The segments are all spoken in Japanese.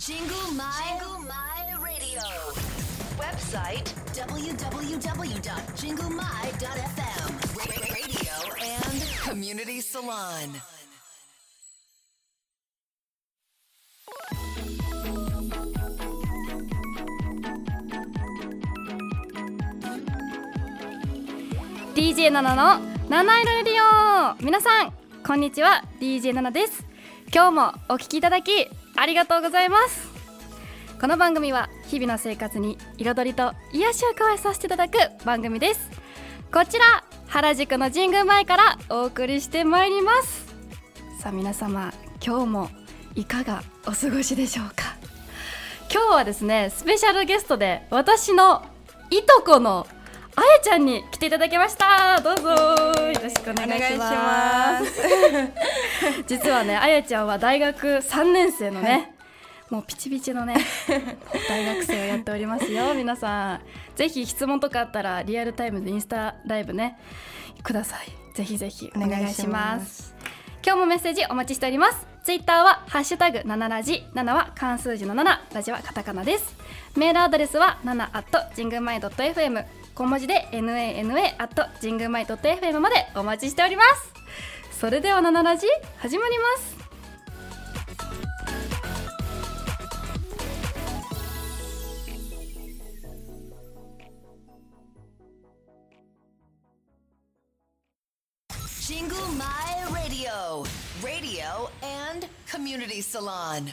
Jingle My Radio. Website www.jinglemai.fm. Radio and Community Salon. DJ ナナの七色レディオ。皆さんこんにちは、 DJ ナナです。今日もお聞きいただきありがとうございます。この番組は日々の生活に彩りと癒しを加えさせていただく番組です。こちら原宿の神宮前からお送りしてまいります。さあ皆様、今日もいかがお過ごしでしょうか。今日はですね、スペシャルゲストで私のいとこのあやちゃんに来ていただきました。どうぞよろしくお願いします。実はね、あやちゃんは大学3年生のね、はい、もうピチピチのね大学生をやっておりますよ。皆さんぜひ質問とかあったらリアルタイムでインスタライブねください。ぜひぜひお願いします。今日もメッセージお待ちしております。ツイッターはハッシュタグ7ラジ、7は漢数字の7、ラジはカタカナです。メールアドレスは7@ジングマイ .fm、小文字で nana@ ジングマイ .fm までお待ちしております。それでは7ラジ始まります。 Jingle My Radio. Radio and Community Salon.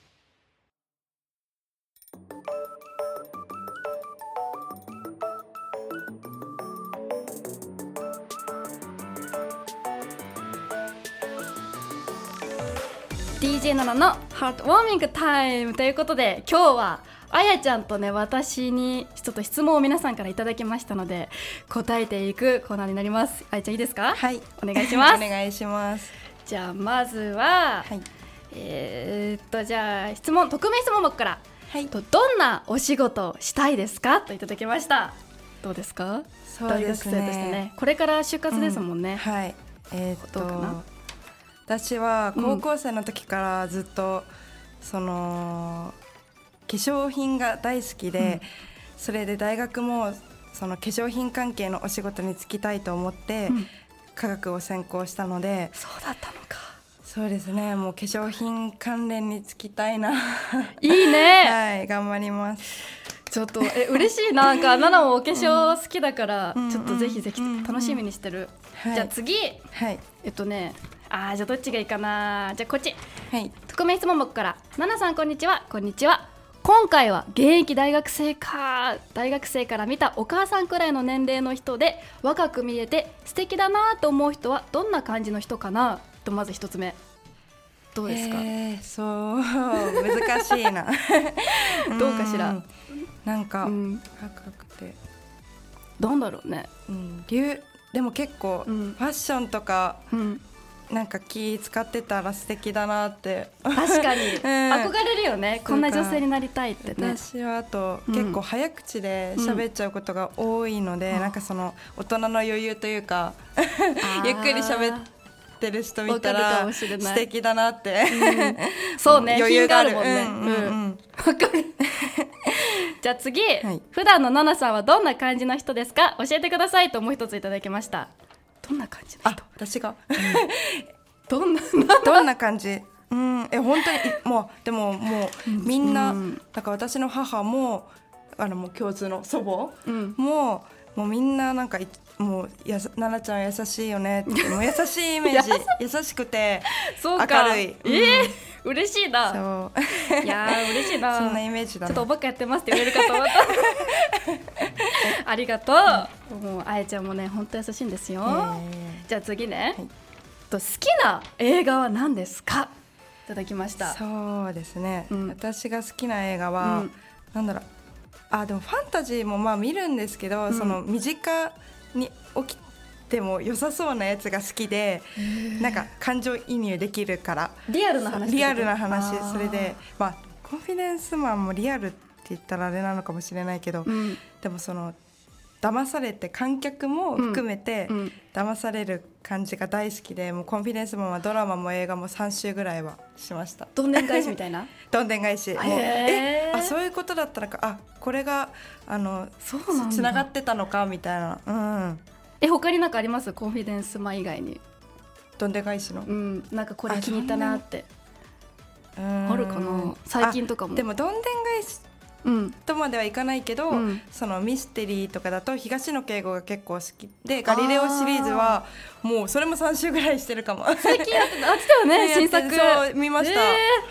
DJ ナナのハートウォーミングタイムということで、今日はあやちゃんとね、私にちょっと質問を皆さんからいただきましたので答えていくコーナーになります。あやちゃんいいですか？ はい、 お願いします。 お願いします。 じゃあまずは、はい、じゃあ匿名質問僕から、はい、どんなお仕事をしたいですかといただきました。どうですか？ そうですね、 大学生としてね、これから就活ですもんね、 はい。 どうかな。 私は高校生の時からずっと、その化粧品が大好きで、それで大学もその化粧品関係のお仕事に就きたいと思って、科学を専攻したので。 そうだったのか。 そうですね、もう化粧品関連に就きたいな。 いいね。 はい、頑張ります。 ちょっと嬉しい。なんかナナもお化粧好きだから、ちょっとぜひぜひ楽しみにしてる、じゃあ次、はい、じゃあどっちがいいかな。じゃあこっち、はい、匿名質問僕から。ナナさんこんにちは。こんにちは。今回は現役大学生から見たお母さんくらいの年齢の人で若く見えて素敵だなと思う人はどんな感じの人かなと。まず一つ目どうですか？ そう難しいなどうかしら。 なんか、若くてなんだろうね、 でも結構、ファッションとか、なんか気使ってたら素敵だなって。 確かに、憧れるよね。こんな女性になりたいってね。 私はあと、結構早口で喋っちゃうことが多いので、なんかその大人の余裕というかゆっくり喋ってる人見たら素敵だなって、 そうね、 余裕があるもんね。わかる。じゃあ次、普段のナナさんはどんな感じの人ですか？教えてくださいともう一ついただきました。どんな感じの人？ 私がどんな感じ？本当にでももうみんな、だから私の母ももう共通の祖母もうみんななんかもう奈々ちゃん優しいよねって、もう優しいイメージ優しくて明るい。 嬉しいな。そういや嬉しいな。 そんなイメージだな。 ちょっとおバカやってますって言われるかと思ったありがとう、もうあやちゃんもね本当優しいんですよ。じゃあ次ね、好きな映画は何ですか？いただきました。 そうですね、私が好きな映画は、なんだろう、でもファンタジーも見るんですけど、その身近に起きても良さそうなやつが好きで、なんか感情移入できるから。 リアルな話。 それでコンフィデンスマンもリアルって言ったらあれなのかもしれないけど、でもその騙されて観客も含めてうん騙される感じが大好きで、もうコンフィデンスマンはドラマも映画も3週ぐらいはしました。 どんでん返しみたいなどんでん返し、もうそういうことだったのか、これがそうなんだつながってたのかみたいな、 他になんかあります？コンフィデンスマン以外に。 どんでん返しの、 なんかこれ気に入ったなってああるかな。最近とかも。 でもどんでん返しとまではいかないけど、そのミステリーとかだと東野圭吾が結構好きで、ガリレオシリーズはもうそれも3週ぐらいしてるかも。 最近やってたよね新作。 そう見ました。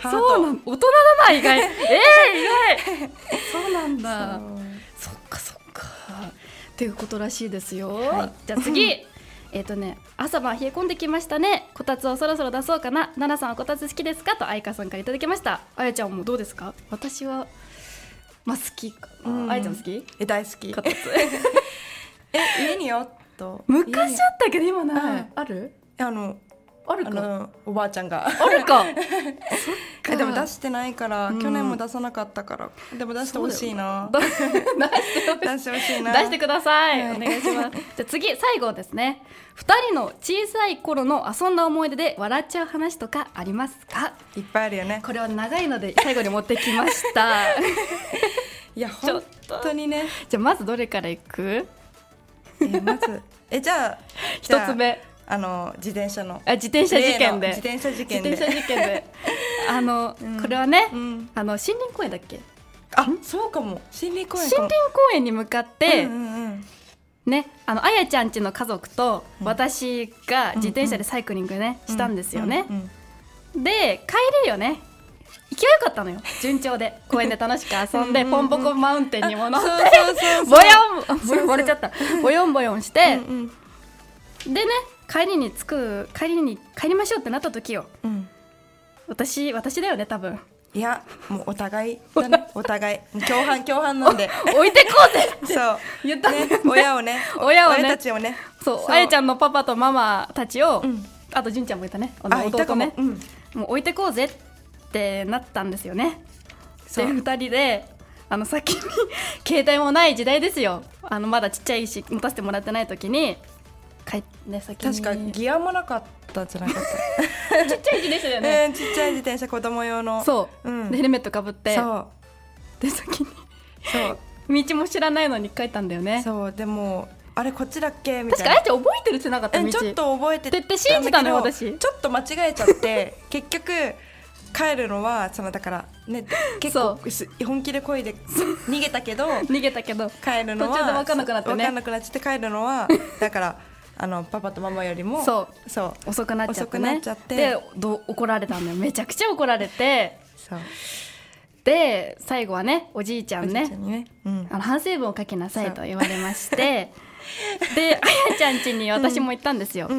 そうなん大人だな意外。意外そうなんだ。そっかっていうことらしいですよ。じゃあ次朝晩冷え込んできましたね。こたつをそろそろ出そうかな。奈々さんはこたつ好きですかとあいかさんからいただきました。あやちゃんもどうですか？私は好きかな。あやちゃん好き？ 大好き。 こたつ家によっと昔あったけど今ない。ある？あるか。 おばあちゃんがあるかでも出してないから、去年も出さなかったから。でも出してほしいな。出してほしいな。 出してください、お願いします。じゃあ次最後ですね。2人の小さい頃の遊んだ思い出で笑っちゃう話とかありますか？ いっぱいあるよね。 これは長いので最後に持ってきましたいや本当にね。 じゃあまずどれからいく？ まずじゃあ 1つ目自転車の自転車事件で自転車事件でこれはね、森林公園だっけ？ そうかも。森林公園に向かってね、あやちゃん家の家族と私が自転車でサイクリングねしたんですよね。で帰りよね、行きはよかったのよ。順調で公園で楽しく遊んでポンポコマウンテンにも乗ってボヨンボヨンしてでね、帰りましょうってなった時よ、私だよね多分。 いやもうお互いだね。お互い共犯なんで置いてこうぜってそう言ったね。 親たちをね。 そうあやちゃんのパパとママたちを、あと純ちゃんもいたね、弟ね、もう置いてこうぜってなったんですよね。で2人で先に携帯もない時代ですよ。まだちっちゃいし持たせてもらってない時に先に確かギアもなかったんじゃなかったちっちゃい自転車だよね、 ちっちゃい自転車子供用の。 そう、でヘルメットかぶってで先に道も知らないのに帰ったんだよね。 そうでもあれこっちだっけみたいな。 確かあやちゃん覚えてるってなかった道。 ちょっと覚えてたんだけど、 信じたのよ私。 ちょっと間違えちゃって結局帰るのはだからね、結構本気で漕いで逃げたけど帰るのは途中で分かんなくなってね、 分かんなくなっちゃって帰るのはだからパパとママよりも遅くなっちゃってで怒られたんだよ。めちゃくちゃ怒られて、で最後はねおじいちゃんね反省文を書きなさいと言われましてであやちゃん家に私も行ったんですよ。で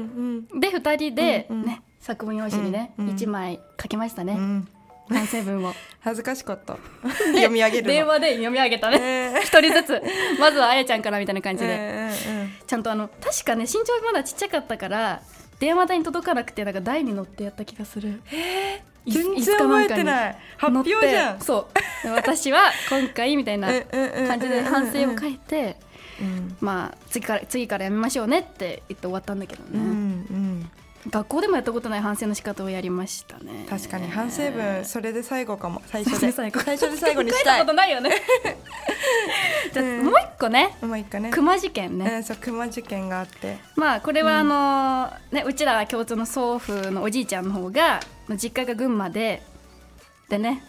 2人でね作文用紙にね1枚書きましたね、反省文を。 恥ずかしかった読み上げるの。 電話で読み上げたね、一人ずつ。まずはあやちゃんからみたいな感じで、ちゃんと確かね身長まだちっちゃかったから電話台に届かなくてなんか台に乗ってやった気がする。 全然覚えてない。発表じゃん。 そう私は今回みたいな感じで反省を書いて、まあ次からやめましょうねって言って終わったんだけどね。学校でもやったことない反省の仕方をやりましたね。 確かに反省文それで最後かも。最初で最後にしたい。 書いたことないよねじゃあもう一個ね、熊事件ね。 そう熊事件があって、 まあこれはうちらは共通の祖父のおじいちゃんの方が実家が群馬でね、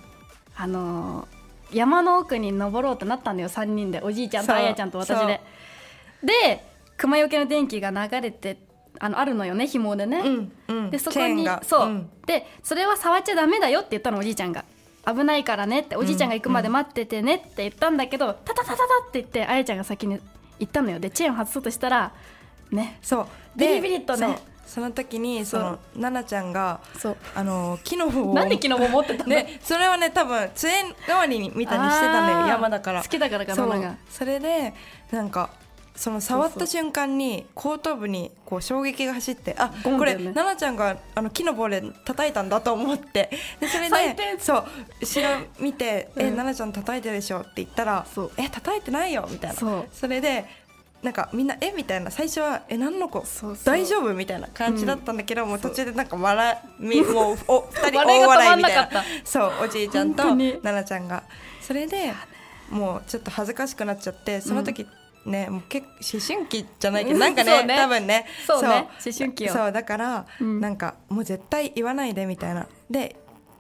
山の奥に登ろうとなったんだよ3人で、おじいちゃんとあやちゃんと私で。で熊よけの電気が流れてあるのよね、紐でね、でそこにでそれは触っちゃダメだよって言ったのおじいちゃんが。危ないからねって、おじいちゃんが行くまで待っててねって言ったんだけど、タタタタタって言ってあやちゃんが先に行ったのよ。でチェーンを外そうとしたらね、ビリビリとね、 その時に奈々ちゃんが木の棒をなんで木の棒持ってたのね、それはね多分杖代わりにみたいにしてたんだよ。山だから好きだからかな。 それでなんかその触った瞬間に後頭部にこう衝撃が走って、あ、 ゴンこれだよね奈々ちゃんが木の棒で叩いたんだと思って、でそれ最低でそう後ろ見て、奈々ちゃん叩いてるでしょって言ったら、 そう叩いてないよみたいな。 そうそれでなんかみんなみたいな、最初は何の子そうそう大丈夫みたいな感じだったんだけど、もう途中でなんかもう2人大笑いが止ま笑いみたいなんなかったそうおじいちゃんと本当に奈々ちゃんが、それでもうちょっと恥ずかしくなっちゃって、その時、ね、もう結構思春期じゃないけどなんかね、 そうね多分ねそうね思春期よ。 そうだから、 うんなんかもう絶対言わないでみたいなで、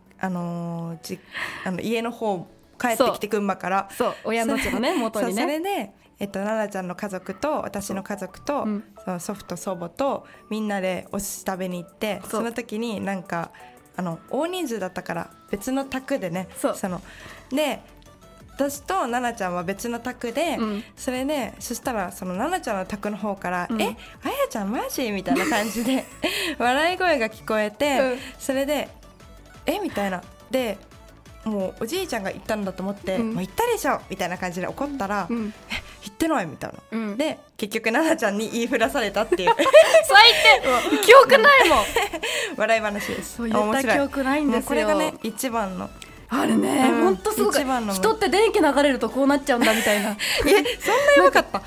家の方帰ってきて群馬からそう親の家のね元にね。 そうそれで、奈々ちゃんの家族と私の家族と、その祖父と祖母とみんなでお寿司食べに行って、その時になんか大人数だったから別の宅でね、 そうで私と奈々ちゃんは別の宅で、それでそしたらその奈々ちゃんの宅の方から「あやちゃんマジ?」みたいな感じで笑い声が聞こえて、それでみたいなで、もうおじいちゃんが言ったんだと思って、もう言ったでしょみたいな感じで怒ったら、言ってないみたいな、で結局奈々ちゃんに言いふらされたっていう最低記憶ないもん笑い話です。 そう言った記憶ないんですよ。 これがね一番のあれね、ほんとすごく人って電気流れるとこうなっちゃうんだみたいなそんなやばかった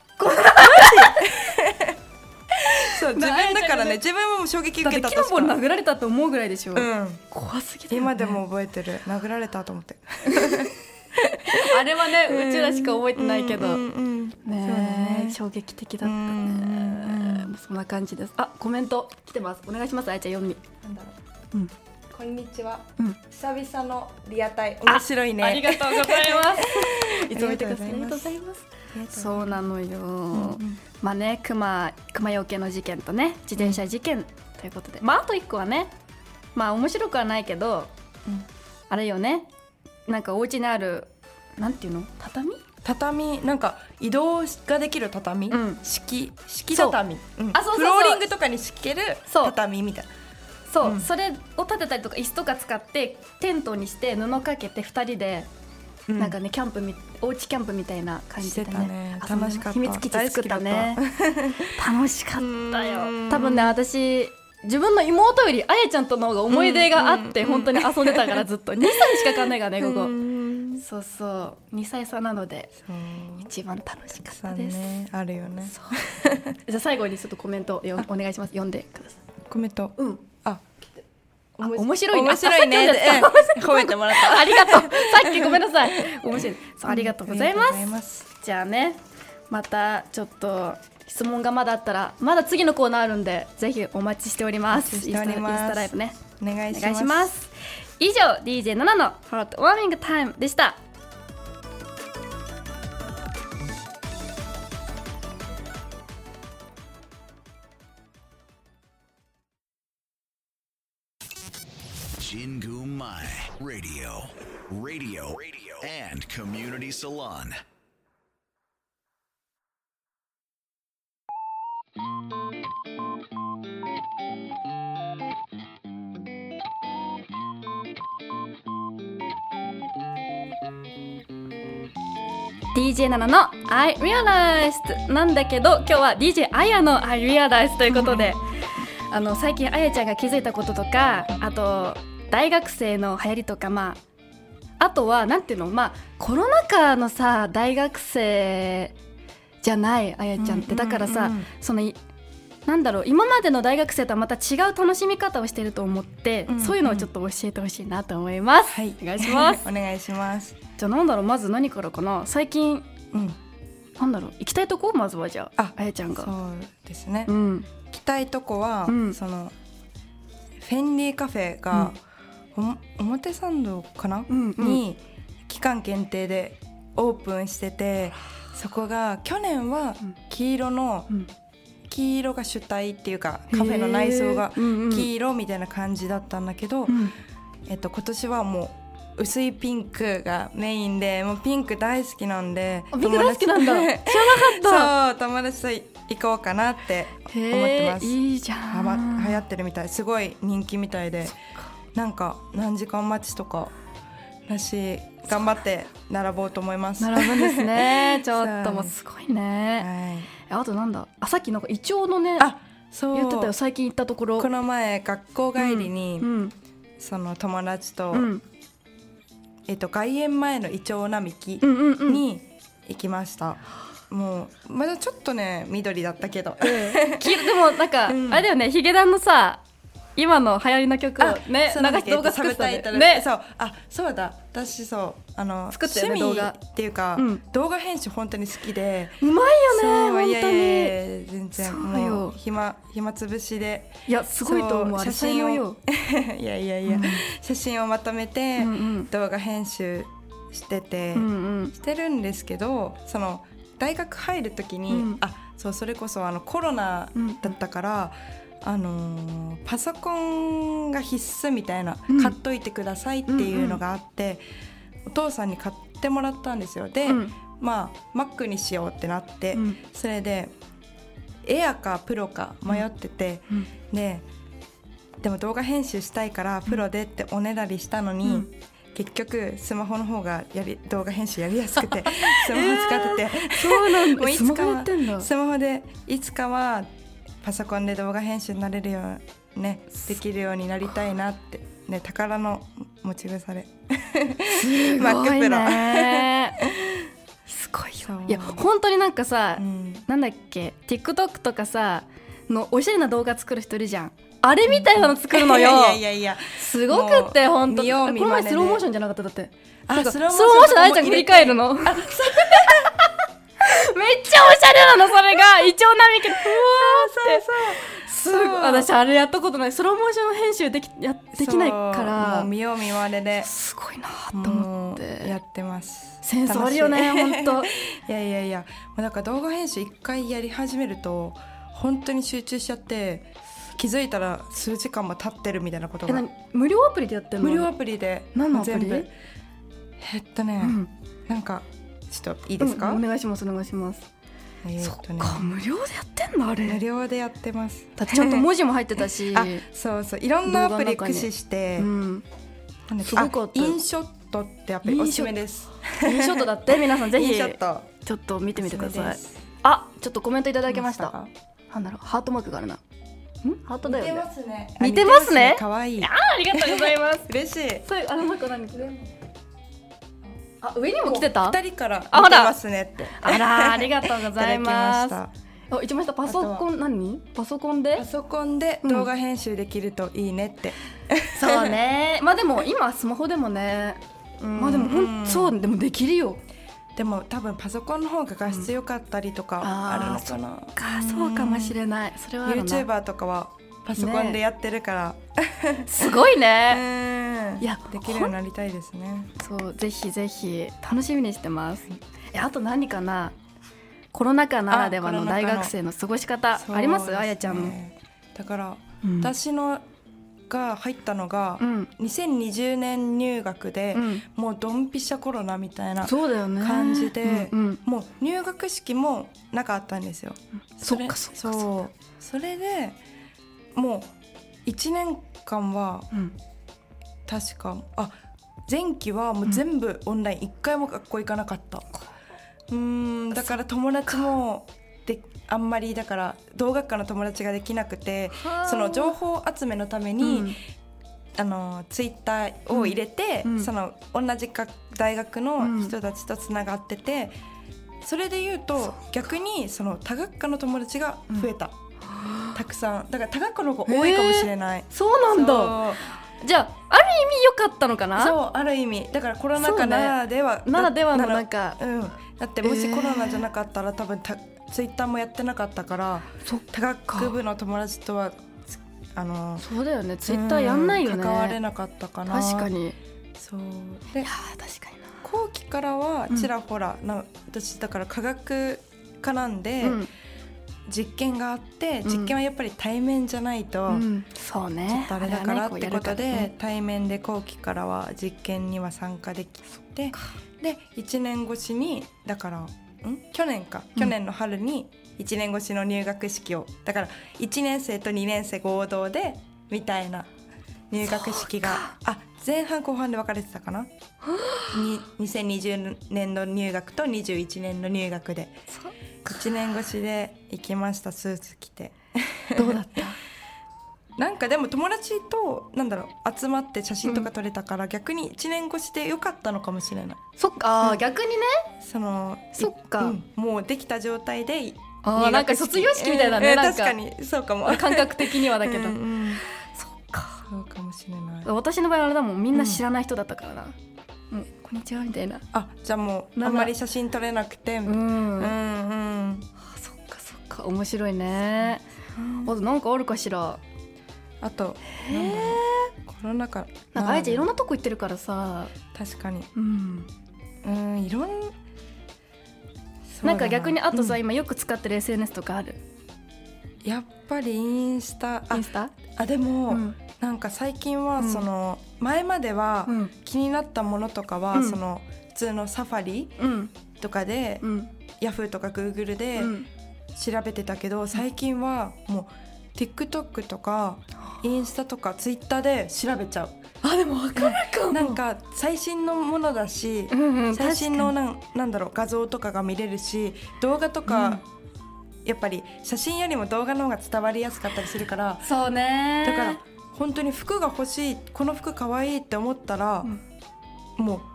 そう自分だからね、自分も衝撃受けた。 だって木の棒殴られたと思うぐらいでしょ、 怖すぎだよね。 今でも覚えてる、殴られたと思ってあれはね、うちらしか覚えてないけど、ね、衝撃的だったね。そんな感じです。あ、コメント来てます。お願いします。あやちゃん読み。 なんだろう、こんにちは、久々のリアタイ面白いね。 ありがとうございますいつも見てください。ありがとうございます。そうなのよ、まあね、熊よけの事件とね、自転車事件ということで、まああと1個はね、まあ面白くはないけど、あれよね、なんかお家にあるなんていうの、畳なんか移動ができる畳、敷畳、 あ、そうそうそう、 フローリングとかに敷ける畳みたいな。 そう、それを立てたりとか椅子とか使ってテントにして布かけて2人でなんかね、キャンプおうちキャンプみたいな感じでね、 楽しかった。 秘密基地作ったね楽しかったよ。多分ね、私自分の妹よりあやちゃんとの方が思い出があって、本当に遊んでたから、ずっと2歳しか変わんないからね、ここそうそう2歳差なので一番楽しかったです。 あるよね。 じゃあ最後にちょっとコメントお願いします。読んでください。 コメント、 面白いね。 褒めてもらったありがとう。さっきごめんなさい。面白い。そう、ありがとうございます。じゃあね、またちょっと質問がまだあったら、まだ次のコーナーあるんで、ぜひお待ちしております。インスタライブね、 お願いします。以上 DJ 7のホットウォーミングタイムでした。 Jingu Mai Radio and Community Salon. DJ 7の I Realized なんだけど、今日は DJ あやの I Realized ということで最近あやちゃんが気づいたこととか、あと大学生の流行りとか、まああとはなんていうの、まあコロナ禍のさ、大学生じゃないあやちゃんって、だからさ、そのなんだろう、今までの大学生とはまた違う楽しみ方をしてると思って、そういうのをちょっと教えてほしいなと思います。はい、お願いしますお願いします。 じゃあなんだろう、まず何からかな。最近、なんだろう、行きたいとこ、まずはじゃああやちゃんが。 そうですね、行きたいとこは、そのフェンディカフェが、表参道かな、に期間限定でオープンしてて、そこが去年は黄色が主体っていうか、カフェの内装が黄色みたいな感じだったんだけど、今年はもう薄いピンクがメインで、もうピンク大好きなんで。 ピンク大好きなんだ知らなかった。 そう、友達と行こうかなって思ってます。 いいじゃん。 流行ってるみたい、すごい人気みたいで、なんか何時間待ちとかだし頑張って並ぼうと思います。 並ぶんですねちょっともうすごいね、 はい、 あとなんださっきなんかイチョウのねそう言ってたよ最近行ったところ。 この前学校帰りに、その友達と、外苑前のイチョウ並木に行きました。もうまだちょっとね緑だったけど、 でもなんか、あれだよねヒゲダンのさ今の流行りの曲をね流して動画作ったね。 そうだ私作ったよね動画っていうか、動画編集本当に好きでうまいよね本当に。 全然もう暇つぶしで。 いやすごいと思う。 写真をいや、写真をまとめて、動画編集してて、してるんですけど、その大学入る時に、それこそコロナだったから、パソコンが必須みたいな、買っといてくださいっていうのがあって、お父さんに買ってもらったんですよ。で、Mac にしようってなって、それでエアかプロか迷ってて、でも動画編集したいからプロでっておねだりしたのに、結局スマホの方が動画編集やりやすくてスマホ使ってて、 そうなんだ。 スマホやってんだ。スマホでいつかはパソコンで動画編集になれるようね、できるようになりたいなってね、宝の持ち腐れすごいねすごいよ。いや本当になんかさ、なんだっけ TikTok とかさのおしゃれな動画作る人いるじゃん。あれみたいなの作るのよ。 いやすごくって本当。この前スローモーションじゃなかっただって。スローモーションあやちゃん振り返るの。めっちゃおしゃれなのそれがイチョウ並木で。すごい。私あれやったことない。スローモーション編集できないから見よう見まねで。 すごいなと思ってやってます。 センスあるよね本当。 いやだから動画編集一回やり始めると本当に集中しちゃって。気づいたら数時間も経ってるみたいなことが。 無料アプリでやってるの？ 無料アプリで。 何のアプリ？ なんかちょっといいですか？ お願いします。そっか無料でやってんのあれ。 無料でやってます。 だってちゃんと文字も入ってたしそういろんなアプリ駆使して、すごくインショットってアプリおすすめです。 インショットだって皆さんぜひインショットちょっと見てみてください。ちょっとコメントいただきました。なんだろうハートマークがあるな。ハートだよね。似てますね。 可愛い。 ありがとうございます。 嬉しい。 なんか何？上にも来てた ？2人から似てますねって。 ありがとうございます。一番下パソコン何？パソコンで動画編集できるといいねって。 そうね。でも今スマホでもね。でもそうでもできるよ。 でも多分パソコンの方が画質良かったりとかあるのかな。 そうかもしれない。それは YouTuber とかはパソコンでやってるから、 すごいね。 いやできるようになりたいですね。 そうぜひぜひ楽しみにしてます。あと何かな、コロナ禍ならではの大学生の過ごし方あります？あやちゃんの。 だから私のが入ったのが2020年入学で、もうドンピシャコロナみたいな感じで、もう入学式もなかったんですよ。それでもう1年間は、確か前期はもう全部オンライン、1回も学校行かなかった。だから友達もあんまりだから同学科の友達ができなくて、その情報集めのために、ツイッターを入れて、その同じ大学の人たちとつながってて、それで言うと逆にその多学科の友達が増えた、たくさん。だから多学科の方が多いかもしれない。 そうなんだ。じゃあある意味良かったのかな。 そうある意味だからコロナ禍ならではのなんか、 だってもしコロナじゃなかったら多分ツイッターもやってなかったから、多学部の友達とはそうだよね、ツイッターやんないよね、 関われなかったかな。 確かに。 そうで、 確かにな。 後期からはちらほら、私だから科学科なんで、実験があって、実験はやっぱり対面じゃないと、 そうね、 ちょっとあれだからってことで、対面で後期からは実験には参加できて、で1年越しにだから去年の春に1年越しの入学式を、だから1年生と2年生合同でみたいな入学式が前半後半で分かれてたかな2020年の入学と21年の入学で1年越しで行きました。スーツ着てどうだったなんかでも友達と集まって写真とか撮れたから、逆に1年越しで良かったのかもしれない。 そっか、逆にね。そっか、 もうできた状態でなんか卒業式みたいなね、なんか確かにそうかも感覚的にはだけどそっか、 そうかもしれない。 私の場合はあれだもん、みんな知らない人だったからな、こんにちはみたいな。 じゃあもうあんまり写真撮れなくて、そっかそっか、面白いね。あとなんかあるかしら。 あとコロナ禍なんかあやちゃんいろんなとこ行ってるからさ。 確かにいろんなんか逆にあとさ、今よく使ってる SNS とかある？ やっぱりインスタでも、なんか最近はその、前までは気になったものとかは、その普通のサファリとかで、ヤフーとかグーグルで調べてたけど、最近はもう TikTok とかインスタとか Twitter で調べちゃう。 でも分かるかも。 なんか最新のものだし、最新の画像とかが見れるし、動画とか、やっぱり写真よりも動画の方が伝わりやすかったりするから。 そうね。 だから本当に服が欲しい、この服かわいいって思ったら、もう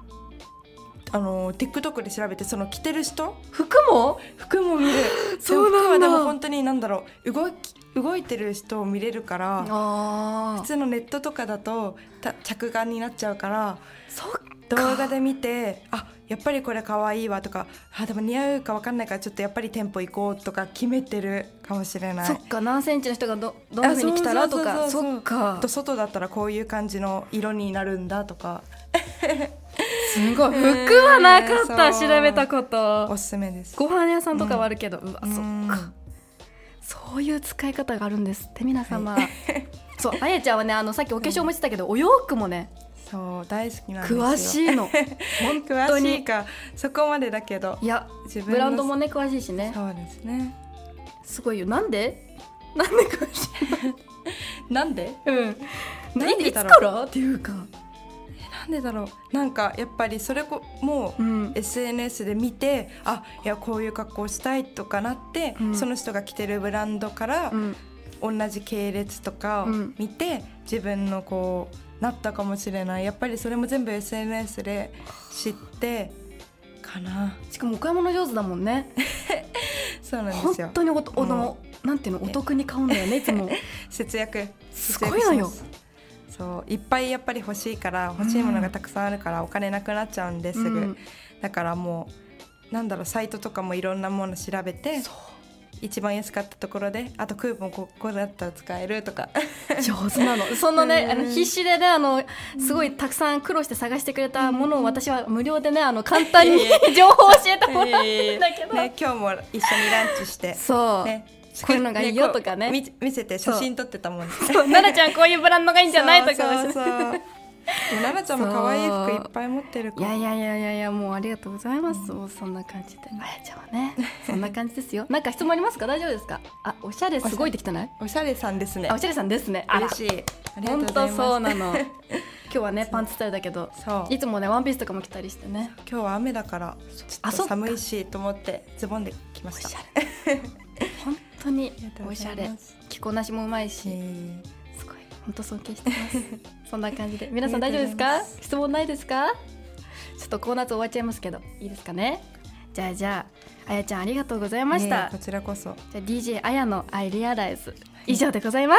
TikTok で調べて、その着てる人服も見るそうなんだ。服はでも本当に動いてる人を見れるから、普通のネットとかだと着眼になっちゃうから、動画で見てやっぱりこれかわいいわとか、でも似合うか分かんないからちょっとやっぱり店舗行こうとか決めてるかもしれない。 そっか、何センチの人がどんな風に来たらとか。そっか。 外だったらこういう感じの色になるんだとかすごい。服はなかった、調べたこと。 おすすめです。 ご飯屋さんとかはあるけど、そっか、そういう使い方があるんですって皆様、そう、あやちゃんはね、さっきお化粧もしてたけど、お洋服もね、 そう大好きなんですよ。 詳しいの本当に。 詳しいかそこまでだけど、 いやブランドもね詳しいしね。 そうですね、 すごいよ。なんで詳しいなんでいつからっていうか、 なんでだろう。なんかやっぱりそれもう SNS で見て、いやこういう格好したいとかなって、その人が着てるブランドから同じ系列とかを見て、自分のこうなったかもしれない。やっぱりそれも全部 SNS で知ってかな。 しかもお買い物上手だもんねそうなんですよ。 本当になんていうの、お得に買うんだよねいつも節約すごいのよ。 そういっぱいやっぱり欲しいから、欲しいものがたくさんあるからお金なくなっちゃうんですぐ、だからもうサイトとかもいろんなもの調べて、一番安かったところで、あとクーポンここだったら使えるとか上手なの。そんなね、必死でね、すごいたくさん苦労して探してくれたものを私は無料でね、簡単に情報を教えてもらってるんだけど、 ね、今日も一緒にランチして、 そう、ね、こういうのがいいよとかね、 見せて写真撮ってたもんね。 奈々ちゃんこういうブランドがいいんじゃないとか。 そう奈々ちゃんも可愛い服いっぱい持ってるから。 いやもうありがとうございます、そんな感じで。あやちゃんはねそんな感じですよ。なんか質問ありますか？大丈夫ですか？おしゃれすごいできてない？ おしゃれさんですね。 おしゃれさんですね。 嬉しい。ありがとうございます。 本当そうなの今日はねパンツスタイルだけど、いつもねワンピースとかも着たりしてね。 今日は雨だからちょっと寒いしと思ってズボンで着ました。 本当におしゃれ、着こなしもうまいし、すごい本当尊敬してますそんな感じで皆さん大丈夫ですか？質問ないですか？ちょっとコーナー終わっちゃいますけどいいですかね。じゃああやちゃんありがとうございました。 こちらこそ。 じゃあ DJ あやのI Realize以上でございます、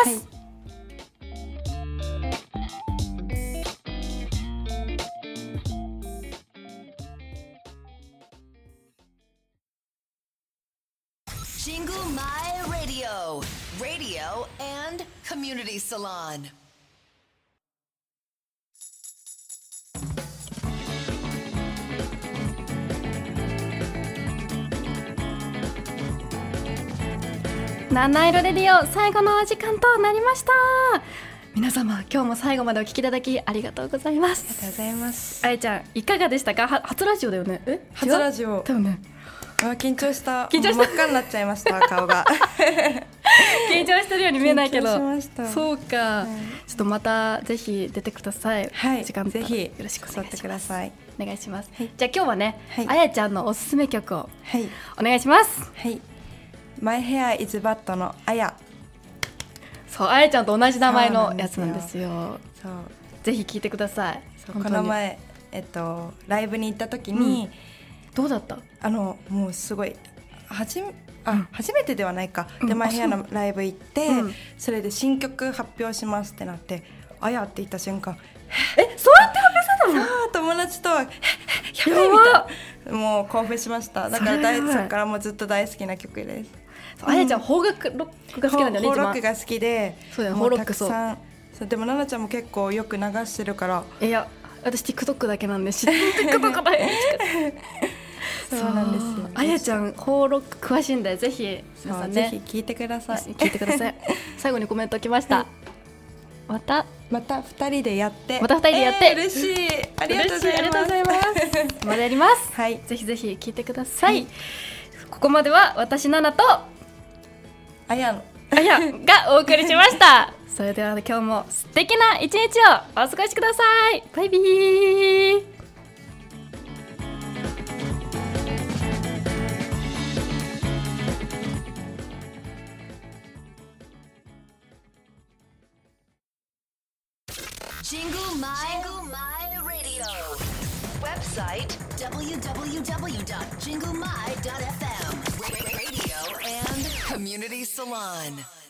Jingle My Radio and Community Salon. 七色レディオ最後のお時間となりました。皆様今日も最後までお聞きいただきありがとうございます。 ありがとうございます。 あやちゃんいかがでしたか？初ラジオだよね。 初ラジオ多分ね。 緊張した。真っ赤になっちゃいました顔が緊張してるように見えないけど。 緊張しました。 そうか、ちょっとまたぜひ出てください。 はい、 時間ぜひよろしくお願いします。 ください。 お願いします。 はいじゃあ今日はね、 はいあやちゃんのおすすめ曲をはいお願いします。 はい。My hair is bad のあや。 そう、あやちゃんと同じ名前のやつなんですよ。 そう。 ぜひ聴いてください。 そうこ本当にの前ライブに行った時に、 どうだった？ もうすごい初めてではないか、でマイヘアのライブ行って、それで新曲発表しますってなってあやって言った瞬間、 そうやって発表されたの？ そう友達とやばいみたいな、もう興奮しました。だからそっからもうずっと大好きな曲です。 あやちゃん邦楽ロックが好きなんだよね。 邦ロックが好きで、 そうだよ、 もう邦ロックたくさんそうでも奈々ちゃんも結構よく流してるから。 いや、私 TikTok だけなんで知ってる。TikTok だよ。 そうなんですよ。 あやちゃん邦ロック詳しいんで、ぜひ皆さんね、 ぜひ聞いてください。 聞いてください。最後にコメント来ました。また 2人でやって、嬉しい。ありがとうございます。 ありがとうございます。まだやります。 はい。 ぜひぜひ聞いてください。ここまでは私ナナとあやがお送りしました。それでは今日も素敵な一日をお過ごしください。バイビー。 Jingle My Radio. Website www.jinglemai.fm. Radio and Community Salon.